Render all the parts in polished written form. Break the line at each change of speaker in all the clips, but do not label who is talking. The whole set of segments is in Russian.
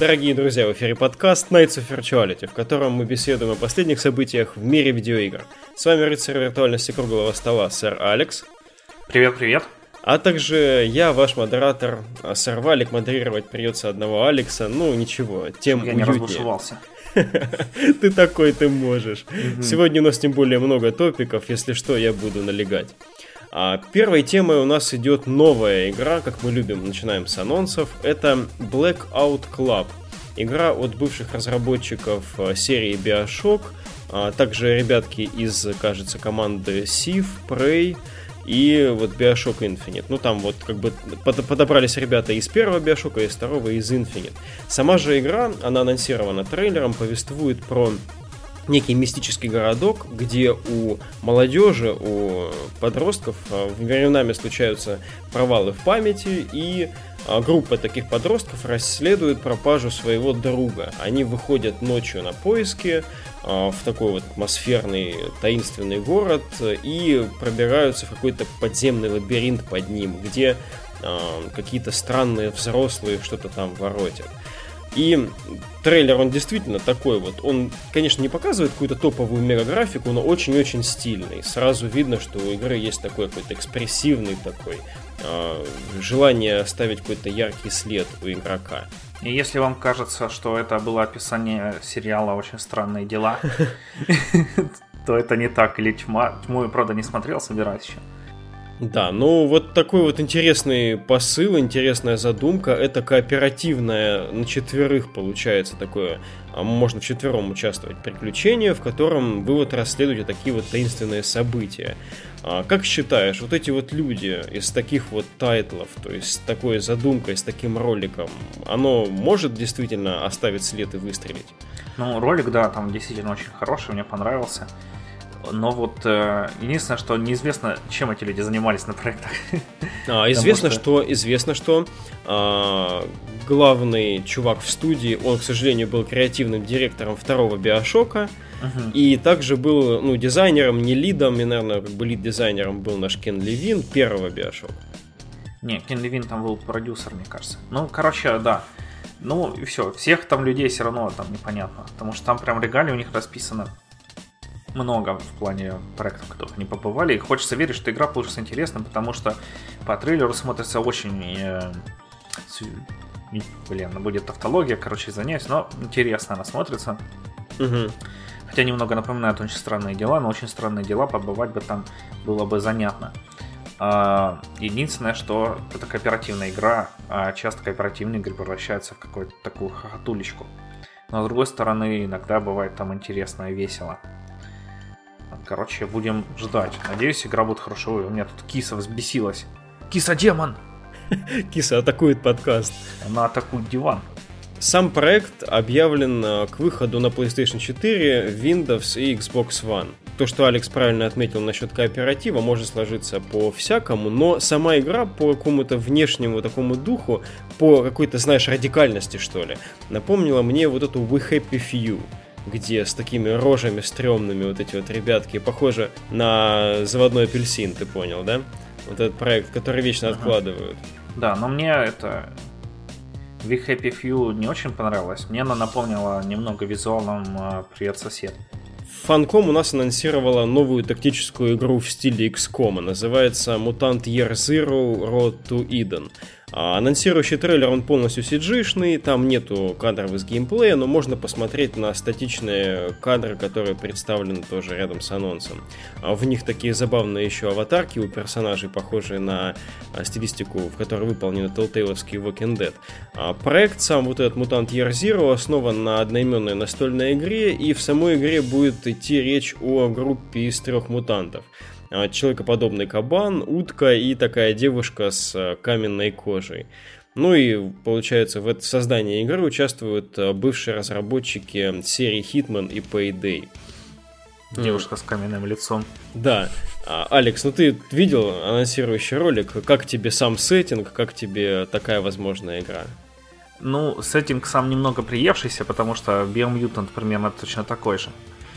Дорогие друзья, в эфире подкаст Nights of Virtuality, в котором мы беседуем о последних событиях в мире видеоигр. С вами рыцарь виртуальности круглого стола, сэр Алекс.
Привет-привет.
А также я, ваш модератор, сэр Валик. Модерировать придется одного Алекса, ну ничего, тем
я
уютнее.
Я не разбушевался.
Ты такой, ты можешь. Сегодня у нас тем более много топиков, если что, я буду налегать. Первой темой у нас идет новая игра, как мы любим, начинаем с анонсов. Это Blackout Club. Игра от бывших разработчиков серии BioShock, также ребятки из, кажется, команды Civ, Prey и вот BioShock Infinite. Ну там вот как бы подобрались ребята из первого BioShock, из второго, из Infinite. Сама же игра, она анонсирована трейлером, повествует про некий мистический городок, где у молодежи, у подростков временами случаются провалы в памяти, и группа таких подростков расследует пропажу своего друга. Они выходят ночью на поиски в такой вот атмосферный, таинственный город и пробираются в какой-то подземный лабиринт под ним, где какие-то странные взрослые что-то там воротят. И трейлер, он действительно такой вот, он, конечно, не показывает какую-то топовую мегаграфику, но очень-очень стильный. Сразу видно, что у игры есть такой какой-то экспрессивный такой, желание оставить какой-то яркий след у игрока.
И если вам кажется, что это было описание сериала «Очень странные дела», то это не так, или «Тьму я, правда, не смотрел, собираюсь еще».
Да, ну вот такой вот интересный посыл, интересная задумка. Это кооперативное на четверых получается такое, можно вчетвером участвовать, приключение, в котором вы вот расследуете такие вот таинственные события. Как считаешь, вот эти вот люди из таких вот тайтлов, то есть с такой задумкой, с таким роликом, оно может действительно оставить след и выстрелить?
Ну, ролик, да, там действительно очень хороший, мне понравился. Но вот единственное, что неизвестно, чем эти люди занимались на проектах.
Известно, что главный чувак в студии, он, к сожалению, был креативным директором второго Биошока, и также был, дизайнером, не лидом, и, наверное, как бы лид-дизайнером был наш Кен Левин первого Биошока.
Не, Кен Левин там был продюсер, мне кажется. Ну, короче, да. Ну, и все. Всех там людей все равно там непонятно, потому что там прям регалии у них расписано много в плане проектов, в которых они побывали. И хочется верить, что игра получится интересной, потому что по трейлеру смотрится очень... будет тавтология, извиняюсь, но интересно она смотрится. Хотя немного напоминает «Очень странные дела», но «Очень странные дела» побывать бы там было бы занятно. Единственное, что это кооперативная игра, а часто кооперативные игры превращаются в какую-то такую хохотулечку. Но с другой стороны, иногда бывает там интересно и весело. Короче, будем ждать. Надеюсь, игра будет хорошо. У меня тут киса взбесилась. Киса-демон!
Киса атакует подкаст.
Она атакует диван.
Сам проект объявлен к выходу на PlayStation 4, Windows и Xbox One. То, что Алекс правильно отметил насчет кооператива, может сложиться по-всякому, но сама игра по какому-то внешнему такому духу, по какой-то, знаешь, радикальности, что ли, напомнила мне вот эту We Happy Few, где с такими рожами стрёмными вот эти вот ребятки, похожи на заводной апельсин, ты понял, да? Вот этот проект, который вечно откладывают.
Да, но мне это We Happy Few не очень понравилось. Мне она напомнила немного визуалом «Привет, сосед».
Funcom у нас анонсировала новую тактическую игру в стиле XCOM. Называется Mutant Year Zero Road to Eden. Анонсирующий трейлер, он полностью CG-шный, там нету кадров из геймплея, но можно посмотреть на статичные кадры, которые представлены тоже рядом с анонсом. В них такие забавные еще аватарки у персонажей, похожие на стилистику, в которой выполнены Telltale'овские Walking Dead. Проект сам, вот этот Mutant Year Zero, основан на одноименной настольной игре, и в самой игре будет идти речь о группе из 3 мутантов. Человекоподобный кабан, утка и такая девушка с каменной кожей. Ну и, получается, в создании игры участвуют бывшие разработчики серии Hitman и Payday.
Девушка с каменным лицом.
Да. Алекс, ну ты видел анонсирующий ролик? Как тебе сам сеттинг? Как тебе такая возможная игра?
Ну, сеттинг сам немного приевшийся, потому что Biomutant примерно точно такой же.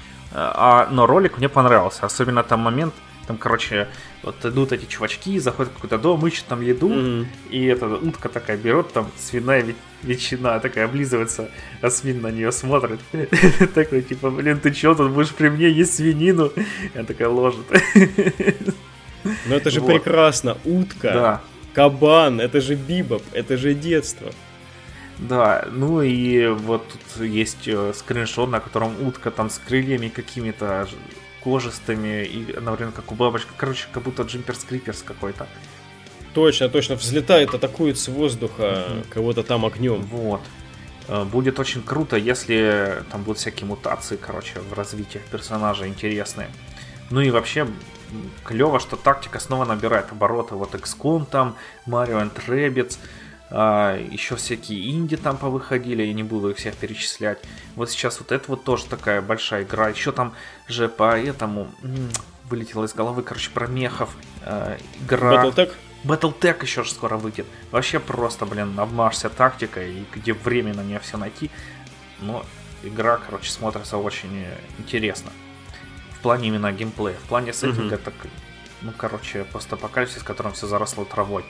Но ролик мне понравился. Особенно там момент, там, короче, вот идут эти чувачки, заходят в какой-то дом, ищут там еду, и эта утка такая берет, там свиная ветчина такая облизывается, а свин на нее смотрит. Такой, типа, блин, ты чё, тут будешь при мне есть свинину? Она такая ложит.
Ну это же прекрасно. Утка, да. Кабан, это же Бибоп, это же детство.
Да, ну и вот тут есть скриншот, на котором утка там с крыльями какими-то кожистыми, и одновременно как у бабочки. Короче, как будто Джимперс Криперс какой-то.
Точно, взлетает, атакует с воздуха кого-то там огнем.
Вот. Будет очень круто, если там будут всякие мутации, короче, в развитии персонажа интересные. Ну и вообще клево, что тактика снова набирает обороты. Вот XCOM там, Mario and Rabbids, еще всякие инди там повыходили, я не буду их всех перечислять. Вот сейчас вот это вот тоже такая большая игра. Еще там же по этому вылетело из головы, короче, про мехов. Игра... Battletech еще же скоро выйдет. Вообще просто, блин, обмажься тактикой, и где время на нее все найти. Но игра, короче, смотрится очень интересно. В плане именно геймплея. В плане сеттинга, так, ну, короче, постапокалипсис, в котором все заросло травой.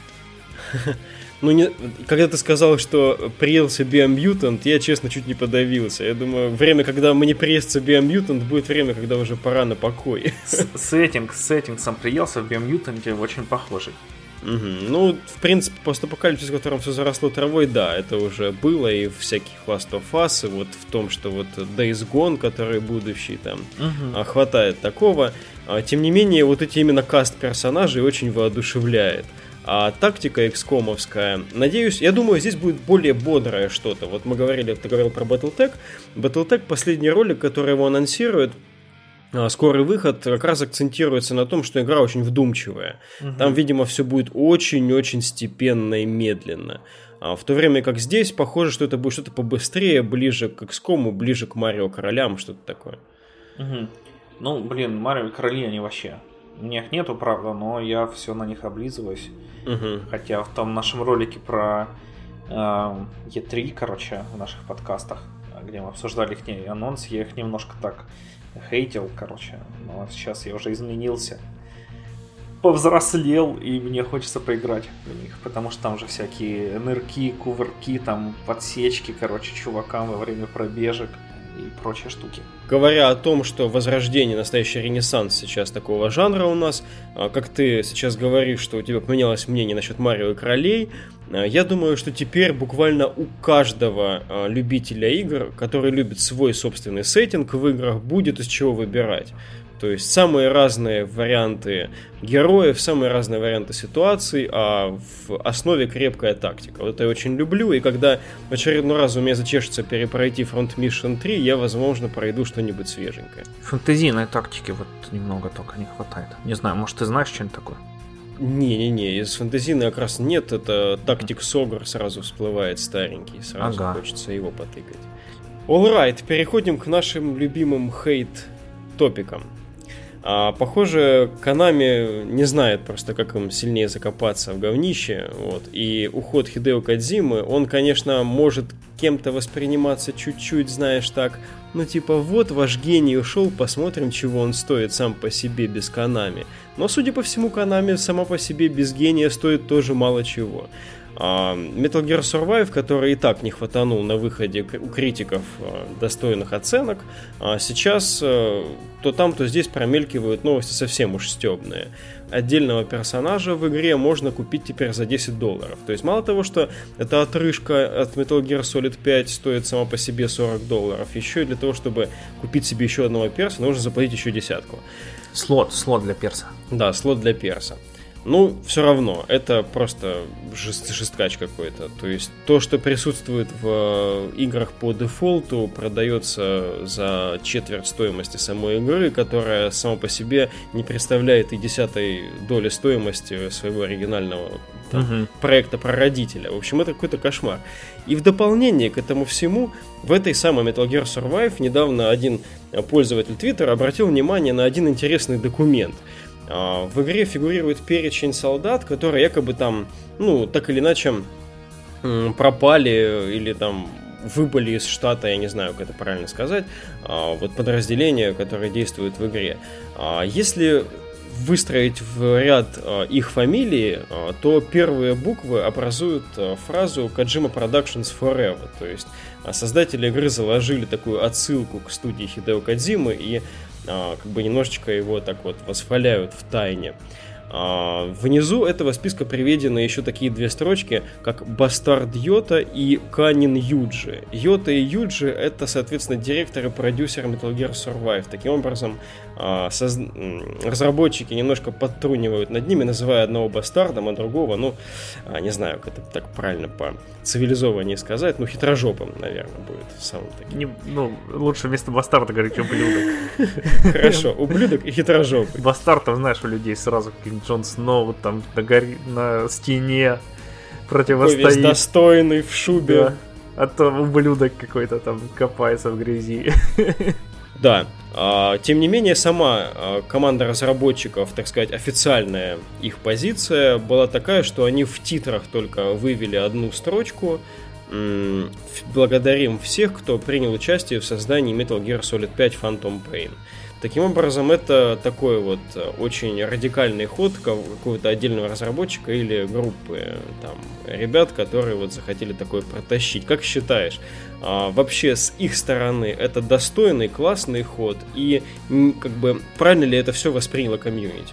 Ну, когда ты сказал, что приелся Biomutant, я, честно, чуть не подавился. Я думаю, время, когда мне приестся Biomutant, будет время, когда уже пора на покой.
Сеттинг сам приелся в Biomutant очень похожий.
Ну, в принципе, постапокалипсис, в котором все заросло травой, да, это уже было, и в всяких Last of Us, и вот в том, что вот Days Gone, который будущий, там, хватает такого. Тем не менее, вот эти именно каст персонажей очень воодушевляет. А тактика XCOM-овская, надеюсь, я думаю, здесь будет более бодрое что-то. Вот ты говорил про Battletech. Battletech, последний ролик, который его анонсирует, скорый выход, как раз акцентируется на том, что игра очень вдумчивая. Там, видимо, все будет очень-очень степенно и медленно. В то время как здесь, похоже, что это будет что-то побыстрее, ближе к XCOM, ближе к Марио Королям, что-то такое.
Ну, блин, Марио Короли, они вообще... У меня их нету, правда, но я все на них облизываюсь. Хотя в том нашем ролике про E3, короче, в наших подкастах, где мы обсуждали их анонс, я их немножко так хейтил, короче. Но сейчас я уже изменился. Повзрослел, и мне хочется поиграть в них. Потому что там же всякие нырки, кувырки, там подсечки, короче, чувакам во время пробежек и прочие штуки.
Говоря о том, что возрождение, настоящий ренессанс сейчас такого жанра у нас, как ты сейчас говоришь, что у тебя поменялось мнение насчет Марио и Королей, я думаю, что теперь буквально у каждого любителя игр, который любит свой собственный сеттинг в играх, будет из чего выбирать. То есть самые разные варианты героев, самые разные варианты ситуаций, а в основе крепкая тактика. Вот это я очень люблю, и когда в очередной раз у меня зачешется перепройти Front Mission 3, я, возможно, пройду что-нибудь свеженькое.
Фэнтезийной тактики вот немного только не хватает. Не знаю, может, ты знаешь что-нибудь такое?
Не-не-не, из фэнтезийной как раз нет, это Tactics Ogre сразу всплывает старенький, сразу хочется его потыкать. Alright, переходим к нашим любимым хейт-топикам. Похоже, Konami не знает просто, как им сильнее закопаться в говнище. Вот. И уход Хидео Кодзимы, он, конечно, может кем-то восприниматься чуть-чуть, знаешь, так. Ну, типа, вот ваш гений ушел, посмотрим, чего он стоит сам по себе без Konami. Но, судя по всему, Konami сама по себе без гения стоит тоже мало чего. Metal Gear Survive, который и так не хватанул на выходе у критиков достойных оценок, сейчас то там, то здесь промелькивают новости совсем уж стебные. Отдельного персонажа в игре можно купить теперь за $10. То есть мало того, что эта отрыжка от Metal Gear Solid 5 стоит сама по себе $40, еще и для того, чтобы купить себе еще одного перса, нужно заплатить еще десятку.
Слот для перса.
Да, слот для перса. Ну, все равно, это просто жесткач какой-то. То есть то, что присутствует в играх по дефолту, продается за четверть стоимости самой игры, которая сама по себе не представляет и десятой доли стоимости своего оригинального проекта-прародителя. В общем, это какой-то кошмар. И в дополнение к этому всему, в этой самой Metal Gear Survive недавно один пользователь Twitter обратил внимание на один интересный документ. В игре фигурирует перечень солдат, которые якобы там, ну, так или иначе пропали или там выбыли из штата, я не знаю, как это правильно сказать, вот подразделения, которые действуют в игре. Если выстроить в ряд их фамилии, то первые буквы образуют фразу Kojima Productions Forever. То есть создатели игры заложили такую отсылку к студии Хидео Кодзимы и как бы немножечко его так вот восхваляют в тайне. Внизу этого списка приведены еще такие две строчки, как Бастард Йота и Канин Юджи. Йота и Юджи — это, соответственно, директор и продюсер Metal Gear Survive. Таким образом, разработчики немножко подтрунивают над ними, называя одного бастардом, а другого, ну, не знаю, как это так правильно по цивилизованнее сказать, ну, хитрожопым, наверное, будет самым таким.
Лучше вместо бастарда говорить ублюдок.
Хорошо, ублюдок и хитрожопый.
Бастардов, знаешь, у людей сразу Джон Сноу там на стене противостоит. Такой весь
достойный в шубе.
Да. А то ублюдок какой-то там копается в грязи.
Да. Тем не менее, сама команда разработчиков, так сказать, официальная их позиция была такая, что они в титрах только вывели одну строчку. Благодарим всех, кто принял участие в создании Metal Gear Solid 5 Phantom Pain. Таким образом, это такой вот очень радикальный ход какого-то отдельного разработчика или группы там ребят, которые вот захотели такое протащить. Как считаешь, вообще с их стороны это достойный, классный ход, и как бы правильно ли это все восприняло комьюнити?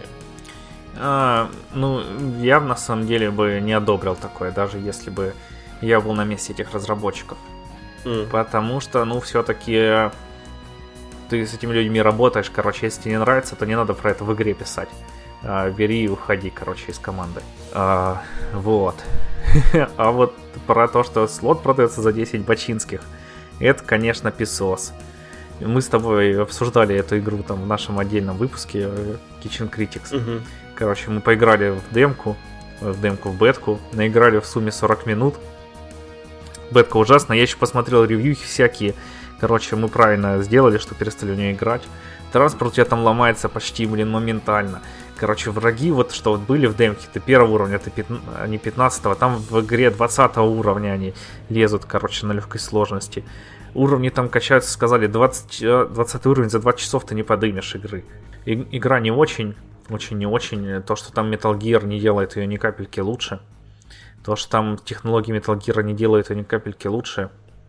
Я на самом деле бы не одобрил такое, даже если бы я был на месте этих разработчиков. Потому что, все-таки ты с этими людьми работаешь, если тебе не нравится, то не надо про это в игре писать. Бери и уходи, из команды. Вот. А вот про то, что слот продается за 10 бачинских, это, конечно, писос. Мы с тобой обсуждали эту игру там в нашем отдельном выпуске Kitchen Critics. Мы поиграли в демку, в бетку, наиграли в сумме 40 минут. Бетка ужасная, я еще посмотрел ревьюхи всякие. Мы правильно сделали, что перестали в нее играть. Транспорт у тебя там ломается почти, моментально. Враги, что были в демке, это первого уровня, а не 15-го. Там в игре 20-го уровня они лезут, на легкой сложности. Уровни там качаются, сказали, 20 уровень за 20 часов ты не подымешь игры. Игра не очень не очень. То, что там Metal Gear не делает ее ни капельки лучше. То, что там технологии Metal Gear не делают ее ни капельки лучше.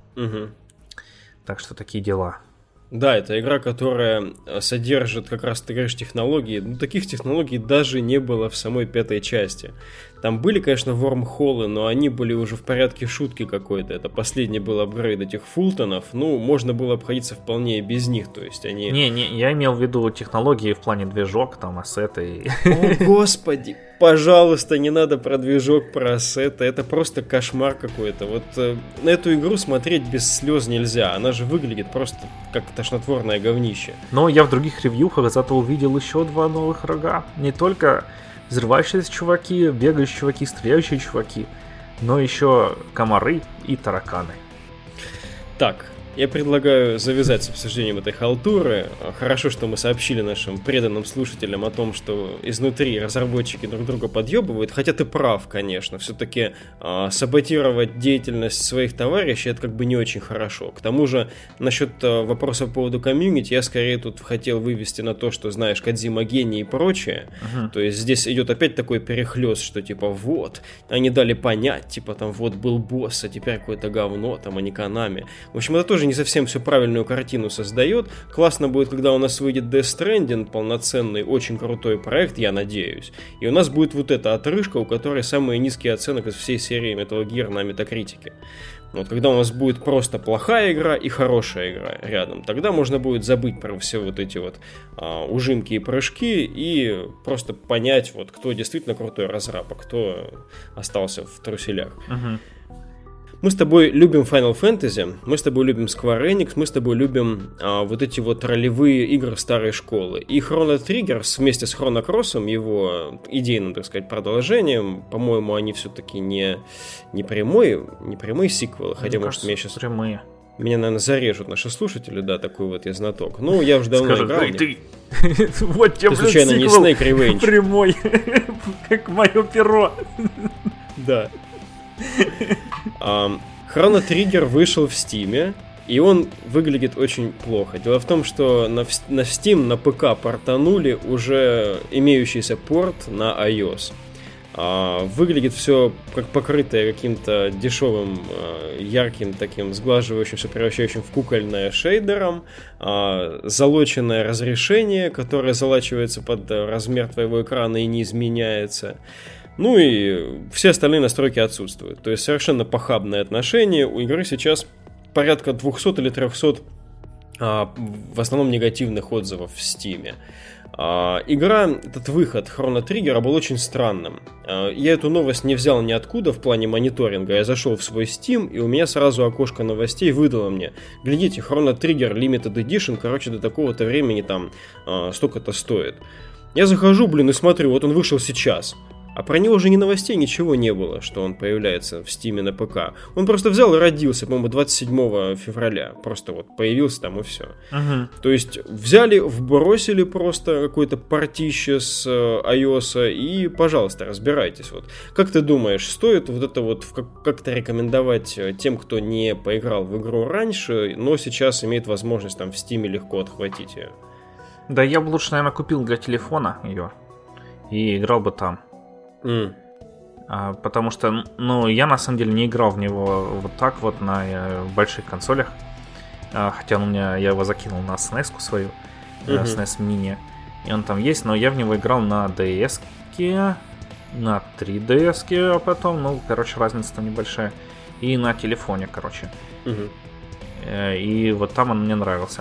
Так что такие дела.
Да, это игра, которая содержит как раз, ты говоришь, технологии. Таких технологий даже не было в самой пятой части. Там были, конечно, вормхоллы, но они были уже в порядке шутки какой-то. Это последний был апгрейд этих фултонов. Можно было обходиться вполне и без них. То есть они...
Не, я имел в виду технологии в плане движок, там, ассеты.
О, господи, пожалуйста, не надо про движок, про ассеты. Это просто кошмар какой-то. Вот на эту игру смотреть без слез нельзя. Она же выглядит просто как тошнотворное говнище.
Но я в других ревьюхах зато увидел еще 2 новых врага. Не только взрывающиеся чуваки, бегающие чуваки, стреляющие чуваки, но еще комары и тараканы.
Так, я предлагаю завязать с обсуждением этой халтуры. Хорошо, что мы сообщили нашим преданным слушателям о том, что изнутри разработчики друг друга подъебывают. Хотя ты прав, конечно. Все-таки саботировать деятельность своих товарищей — это как бы не очень хорошо. К тому же, насчет вопроса по поводу комьюнити, я скорее тут хотел вывести на то, что, знаешь, Кодзима гений и прочее. То есть здесь идет опять такой перехлёст, что типа вот, они дали понять, типа там вот был босс, а теперь какое-то говно, там, а не Konami. В общем, это тоже не совсем всю правильную картину создает. Классно будет, когда у нас выйдет Death Stranding, полноценный, очень крутой проект, я надеюсь. И у нас будет вот эта отрыжка, у которой самые низкие оценки из всей серии Metal Gear на Metacritic. Вот когда у нас будет просто плохая игра и хорошая игра рядом, тогда можно будет забыть про все вот эти вот ужимки и прыжки и просто понять, вот кто действительно крутой разраб, а кто остался в труселях. Мы с тобой любим Final Fantasy, мы с тобой любим Square Enix, мы с тобой любим вот эти вот ролевые игры старой школы. И Chrono Trigger вместе с Chrono Cross'ом, его идейным, так сказать, продолжением, по-моему, они все-таки не прямые сиквелы, хотя, может, меня сейчас...
Прямые.
Меня, наверное, зарежут наши слушатели, да, такой вот я знаток. Ну, я уже давно играл.
Ты вот тебе,
ты случайно не Snake Revenge?
Прямой, как мое перо.
Да. Chrono Trigger вышел в Steam, и он выглядит очень плохо. Дело в том, что на Steam, на ПК портанули уже имеющийся порт на iOS. Выглядит все как покрытое каким-то дешевым, ярким таким сглаживающимся, превращающим в кукольное шейдером, залоченное разрешение, которое залачивается под размер твоего экрана и не изменяется. Ну и все остальные настройки отсутствуют. То есть совершенно похабное отношение. У игры сейчас порядка 200 или 300 в основном негативных отзывов в Steam. Игра, этот выход Chrono Trigger был очень странным. Я эту новость не взял ниоткуда в плане мониторинга. Я зашел в свой Steam, и у меня сразу окошко новостей выдало мне: глядите, Chrono Trigger Limited Edition, короче, до такого-то времени там столько-то стоит. Я захожу, и смотрю, вот он вышел сейчас. А про него же ни новостей, ничего не было, что он появляется в Steam на ПК. Он просто взял и родился, по-моему, 27 февраля. Просто вот появился там и все. То есть взяли, вбросили просто какое-то портище с iOS и, пожалуйста, разбирайтесь. Вот. Как ты думаешь, стоит вот это вот как-то рекомендовать тем, кто не поиграл в игру раньше, но сейчас имеет возможность там в Steam легко отхватить ее?
Да я бы лучше, наверное, купил для телефона ее и играл бы там. Потому что, я на самом деле не играл в него вот так вот на больших консолях. Хотя я его закинул на SNES-ку свою, SNES Mini, и он там есть, но я в него играл на DS-ке, на 3DS-ке, а потом, разница там небольшая, и на телефоне, И вот там он мне нравился.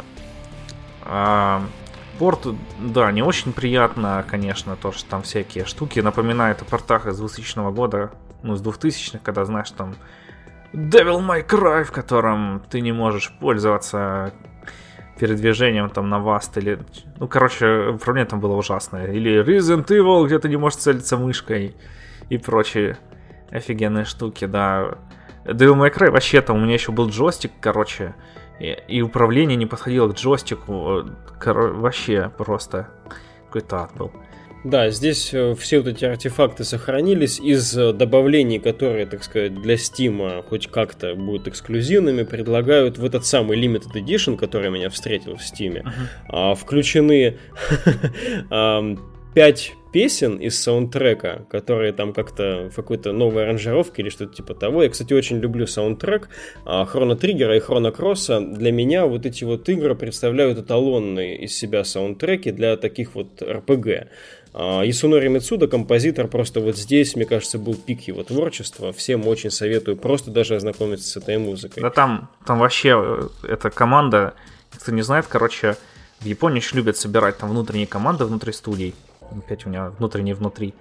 Порт, да, не очень приятно, конечно, то, что там всякие штуки напоминают о портах из 2000 года, с 2000-х, когда, знаешь, там Devil May Cry, в котором ты не можешь пользоваться передвижением там на Vast, или, управление там было ужасное, или Resident Evil, где ты не можешь целиться мышкой и прочие офигенные штуки, да. Devil May Cry вообще там у меня еще был джойстик, и управление не подходило к джойстику. Вообще просто какой-то ад был.
Да, здесь все вот эти артефакты сохранились из добавлений, которые, так сказать, для Steam хоть как-то будут эксклюзивными, предлагают в этот самый Limited Edition, который меня встретил в Steam, включены 5 песен из саундтрека, которые там как-то в какой-то новой аранжировке или что-то типа того. Я, кстати, очень люблю саундтрек Chrono Trigger и Chrono Cross. Для меня вот эти вот игры представляют эталонные из себя саундтреки для таких вот RPG. Ясунори Мицуда, композитор, просто вот здесь, мне кажется, был пик его творчества. Всем очень советую просто даже ознакомиться с этой музыкой.
Да там вообще эта команда, кто не знает, в Японии очень любят собирать там внутренние команды внутри студий. Опять у меня внутри.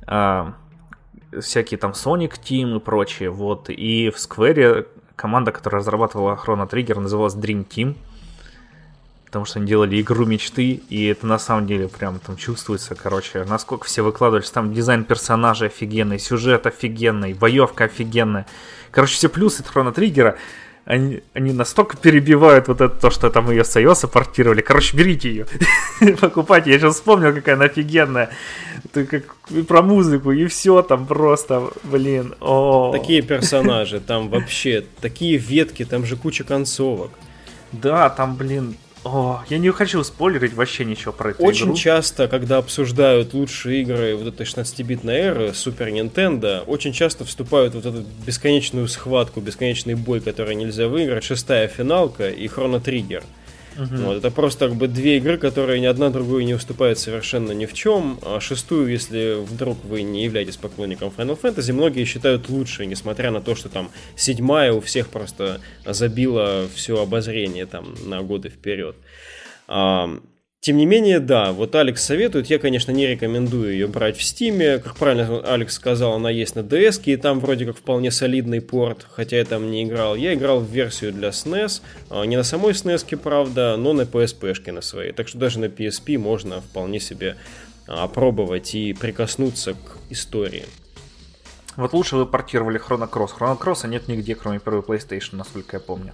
Всякие там Sonic Team и прочее. Вот. И в Square команда, которая разрабатывала Chrono Trigger, называлась Dream Team. Потому что они делали игру мечты. И это на самом деле прям там чувствуется, насколько все выкладывались. Там дизайн персонажей офигенный, сюжет офигенный, боевка офигенная. Все плюсы Chrono Trigger. Они настолько перебивают вот это, то, что там ее с iOS портировали. Берите ее, покупайте. Я сейчас вспомнил, какая она офигенная. Ты как и про музыку, и все там просто, блин.
Такие персонажи, там вообще такие ветки, там же куча концовок.
Да, там, блин. Я не хочу спойлерить вообще ничего про эту
Очень
игру.
часто, когда обсуждают лучшие игры вот этой 16-битной эры, Super Nintendo, очень часто вступают в вот эту бесконечную схватку, бесконечный бой, который нельзя выиграть, шестая финалка и Chrono Trigger. Вот, это просто две игры, которые ни одна другой не уступают совершенно ни в чем. А шестую, если вдруг вы не являетесь поклонником Final Fantasy, многие считают лучшей, несмотря на то, что там седьмая у всех просто забила все обозрение там на годы вперед. Тем не менее, да, вот Алекс советует, я, конечно, не рекомендую ее брать в Steam, как правильно Алекс сказал, она есть на DS, и там вроде как вполне солидный порт, хотя я там не играл. Я играл в версию для SNES, не на самой SNES, правда, но на PSP-шке на своей, так что даже на PSP можно вполне себе опробовать и прикоснуться к истории.
Вот лучше вы портировали Chrono Cross. Chrono Cross нет нигде, кроме первой PlayStation, насколько я помню.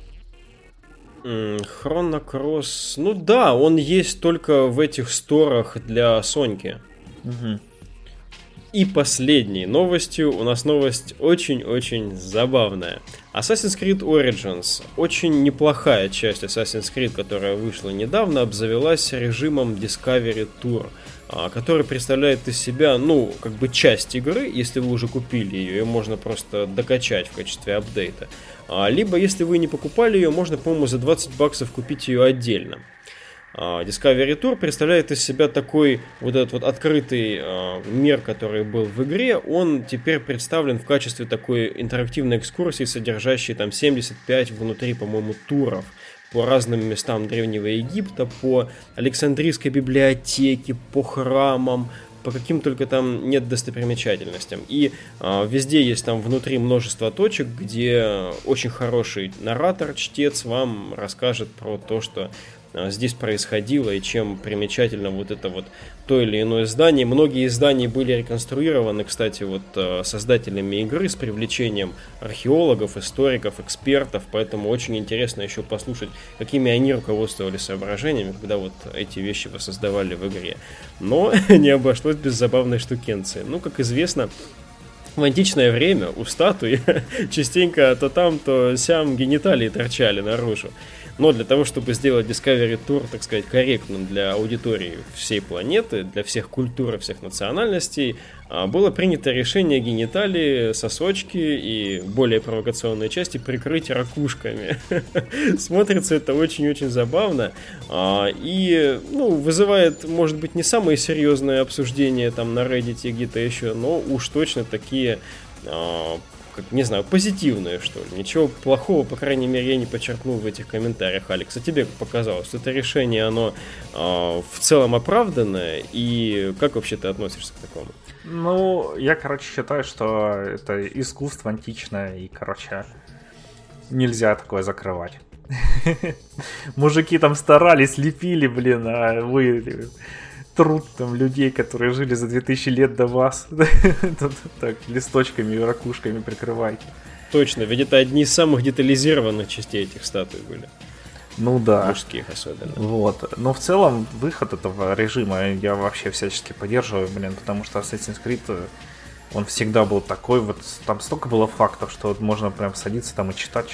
Chrono Cross, ну да, он есть только в этих сторах для Соньки. И последней новостью у нас новость очень-очень забавная. Assassin's Creed Origins, очень неплохая часть Assassin's Creed, которая вышла недавно, обзавелась режимом Discovery Tour, который представляет из себя, как бы часть игры. Если вы уже купили ее можно просто докачать в качестве апдейта. Либо, если вы не покупали ее, можно, по-моему, за $20 купить ее отдельно. Discovery Tour представляет из себя такой вот этот вот открытый мир, который был в игре. Он теперь представлен в качестве такой интерактивной экскурсии, содержащей там 75 внутри, по-моему, туров по разным местам Древнего Египта, по Александрийской библиотеке, по храмам, по каким только там нет достопримечательностям. И везде есть там внутри множество точек, где очень хороший наратор, чтец вам расскажет про то, что здесь происходило и чем примечательно вот это вот то или иное здание. Многие из зданий были реконструированы, кстати, вот создателями игры с привлечением археологов, историков, экспертов, поэтому очень интересно еще послушать, какими они руководствовались соображениями, когда вот эти вещи воссоздавали в игре. Но не обошлось без забавной штукенции. Как известно, в античное время у статуи частенько то там, то сям гениталии торчали наружу. Но для того, чтобы сделать Discovery Tour, так сказать, корректным для аудитории всей планеты, для всех культур и всех национальностей, было принято решение гениталии, сосочки и более провокационные части прикрыть ракушками. Смотрится это очень-очень забавно и вызывает, может быть, не самые серьезные обсуждения там на Reddit и где-то еще, но уж точно такие... не знаю, позитивное, что ли. Ничего плохого, по крайней мере, я не подчеркнул в этих комментариях, Алекс. А тебе как показалось? Это решение, оно в целом оправданное? И как вообще ты относишься к такому?
Я, считаю, что это искусство античное, и, нельзя такое закрывать. Мужики там старались, лепили, а вы... труд там людей, которые жили за 2000 лет до вас. Так, листочками и ракушками прикрывайте.
Точно, ведь это одни из самых детализированных частей этих статуй были.
Да.
Мужских особенно.
Вот. Но в целом выход этого режима я вообще всячески поддерживаю, потому что Assassin's Creed, он всегда был такой, вот там столько было фактов, что вот можно прям садиться там и читать.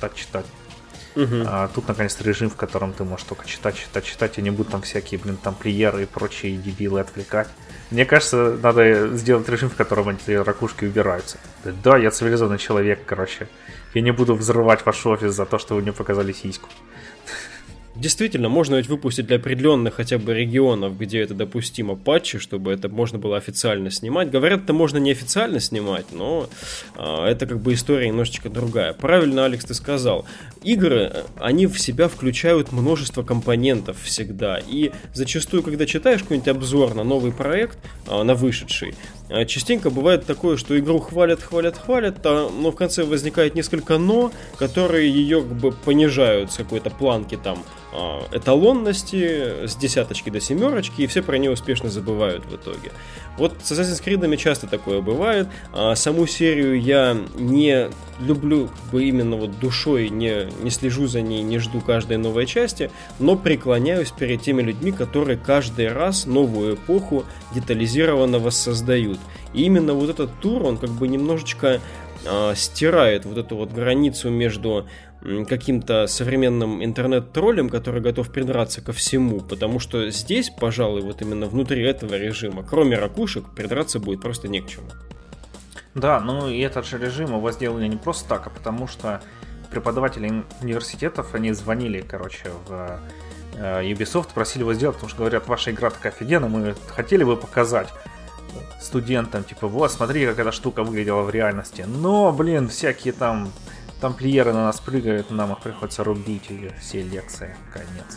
А тут, наконец-то, режим, в котором ты можешь только читать, и не будут там всякие, тамплиеры и прочие дебилы отвлекать. Мне кажется, надо сделать режим, в котором эти ракушки убираются. Да, я цивилизованный человек, Я не буду взрывать ваш офис за то, что вы мне показали сиську.
Действительно, можно ведь выпустить для определенных хотя бы регионов, где это допустимо, патчи, чтобы это можно было официально снимать. Говорят, это можно неофициально снимать, но это как бы история немножечко другая. Правильно, Алекс, ты сказал. Игры, они в себя включают множество компонентов всегда. И зачастую, когда читаешь какой-нибудь обзор на новый проект, на вышедший, частенько бывает такое, что игру хвалят, но в конце возникает несколько «но», которые ее как бы понижают с какой-то планки там эталонности с 10 до 7, и все про нее успешно забывают в итоге. Вот с Assassin's Creed часто такое бывает. Саму серию я не люблю именно вот душой, не слежу за ней, не жду каждой новой части, но преклоняюсь перед теми людьми, которые каждый раз новую эпоху детализированно воссоздают. И именно вот этот тур, он как бы немножечко стирает вот эту вот границу между каким-то современным интернет-троллем, который готов придраться ко всему, потому что здесь, пожалуй, вот именно внутри этого режима, кроме ракушек, придраться будет просто не к чему.
Да, и этот же режим его сделали не просто так, а потому что преподаватели университетов, они звонили, в Ubisoft, просили его сделать, потому что говорят, ваша игра такая офигенная, мы хотели бы показать студентам, вот, смотри, как эта штука выглядела в реальности. Но, всякие там тамплиеры на нас прыгают, нам их приходится рубить, и все лекции, конец.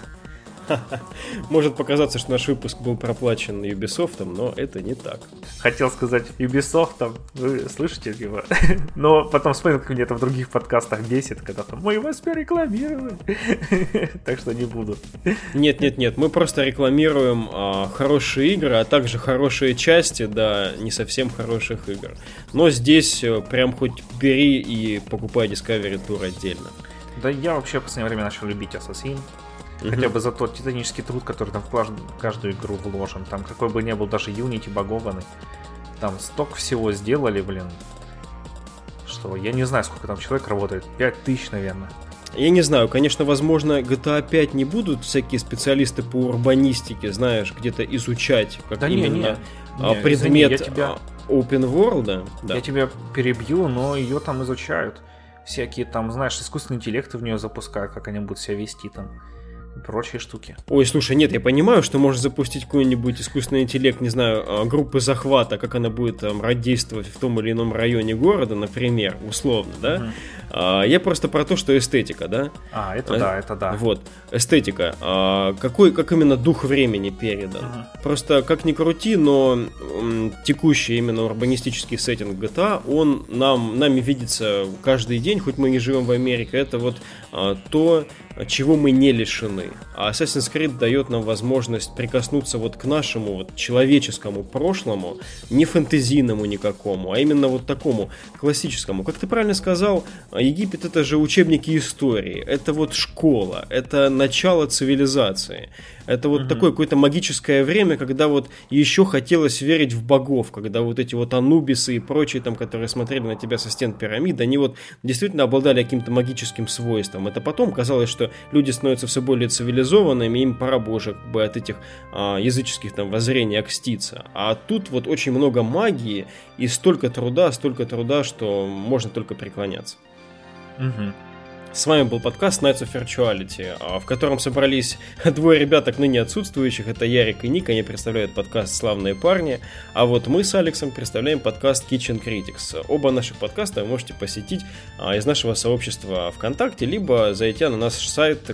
Может показаться, что наш выпуск был проплачен Ubisoft, но это не так.
Хотел сказать Ubisoft, вы слышите его? Но потом вспомнил, как меня это в других подкастах бесит, когда там мы вас перерекламировали. Так что не буду.
Нет, мы просто рекламируем хорошие игры, а также хорошие части, да, не совсем хороших игр. Но здесь прям хоть бери и покупай Discovery Tour отдельно.
Да я вообще в последнее время начал любить Assassin. Хотя бы за тот титанический труд, который там в каждую игру вложен. Там какой бы ни был даже Unity багованный. там столько всего сделали, блин, что я не знаю, сколько там человек работает, 5000, наверное.
Я не знаю, конечно, возможно, GTA 5 не будут всякие специалисты по урбанистике, знаешь, где-то изучать, как
да
именно предмет
извини, я тебя...
open world. Да.
Я тебя перебью, но ее там изучают. Всякие там, знаешь, искусственные интеллекты в нее запускают, как они будут себя вести там. И прочие штуки.
Ой, слушай, нет, я понимаю, что можно запустить какой-нибудь искусственный интеллект, не знаю, группы захвата, как она будет там действовать в том или ином районе города, например, условно, да? Я просто про то, что эстетика, да?
Это да.
Вот, эстетика. Как именно дух времени передан. Просто, как ни крути, но текущий именно урбанистический сеттинг GTA, он нами видится каждый день, хоть мы не живем в Америке, это вот то, чего мы не лишены. А Assassin's Creed дает нам возможность прикоснуться вот к нашему вот человеческому прошлому, не фэнтезийному никакому, а именно вот такому классическому. Как ты правильно сказал, Египет — это же учебники истории, это вот школа, это начало цивилизации. Это вот такое какое-то магическое время, когда вот еще хотелось верить в богов, когда вот эти вот анубисы и прочие там, которые смотрели на тебя со стен пирамид, они вот действительно обладали каким-то магическим свойством. Это потом казалось, что люди становятся все более цивилизованными, им пора бы уже как бы от этих языческих там воззрений окститься. А тут вот очень много магии и столько труда, что можно только преклоняться. С вами был подкаст Nights of Virtuality, в котором собрались двое ребяток ныне отсутствующих. Это Ярик и Ник, они представляют подкаст «Славные парни», а вот мы с Алексом представляем подкаст Kitchen Critics. Оба наших подкаста вы можете посетить из нашего сообщества ВКонтакте, либо зайти на наш сайт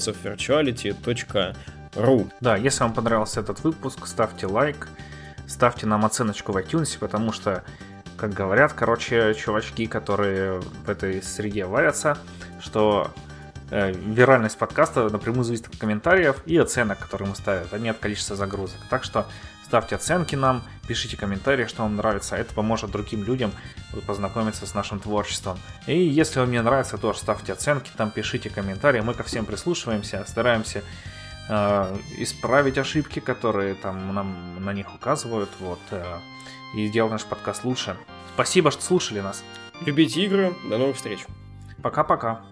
knightsofvirtuality.ru.
Да, если вам понравился этот выпуск, ставьте лайк, ставьте нам оценочку в iTunes, потому что, как говорят, чувачки, которые в этой среде варятся, что виральность подкаста напрямую зависит от комментариев и оценок, которые мы ставим, а не от количества загрузок. Так что ставьте оценки нам, пишите комментарии, что вам нравится. Это поможет другим людям познакомиться с нашим творчеством. И если вам не нравится, тоже ставьте оценки, там пишите комментарии. Мы ко всем прислушиваемся, стараемся исправить ошибки, которые там нам на них указывают, и сделать наш подкаст лучше. Спасибо, что слушали нас.
Любите игры, до новых встреч.
Пока-пока.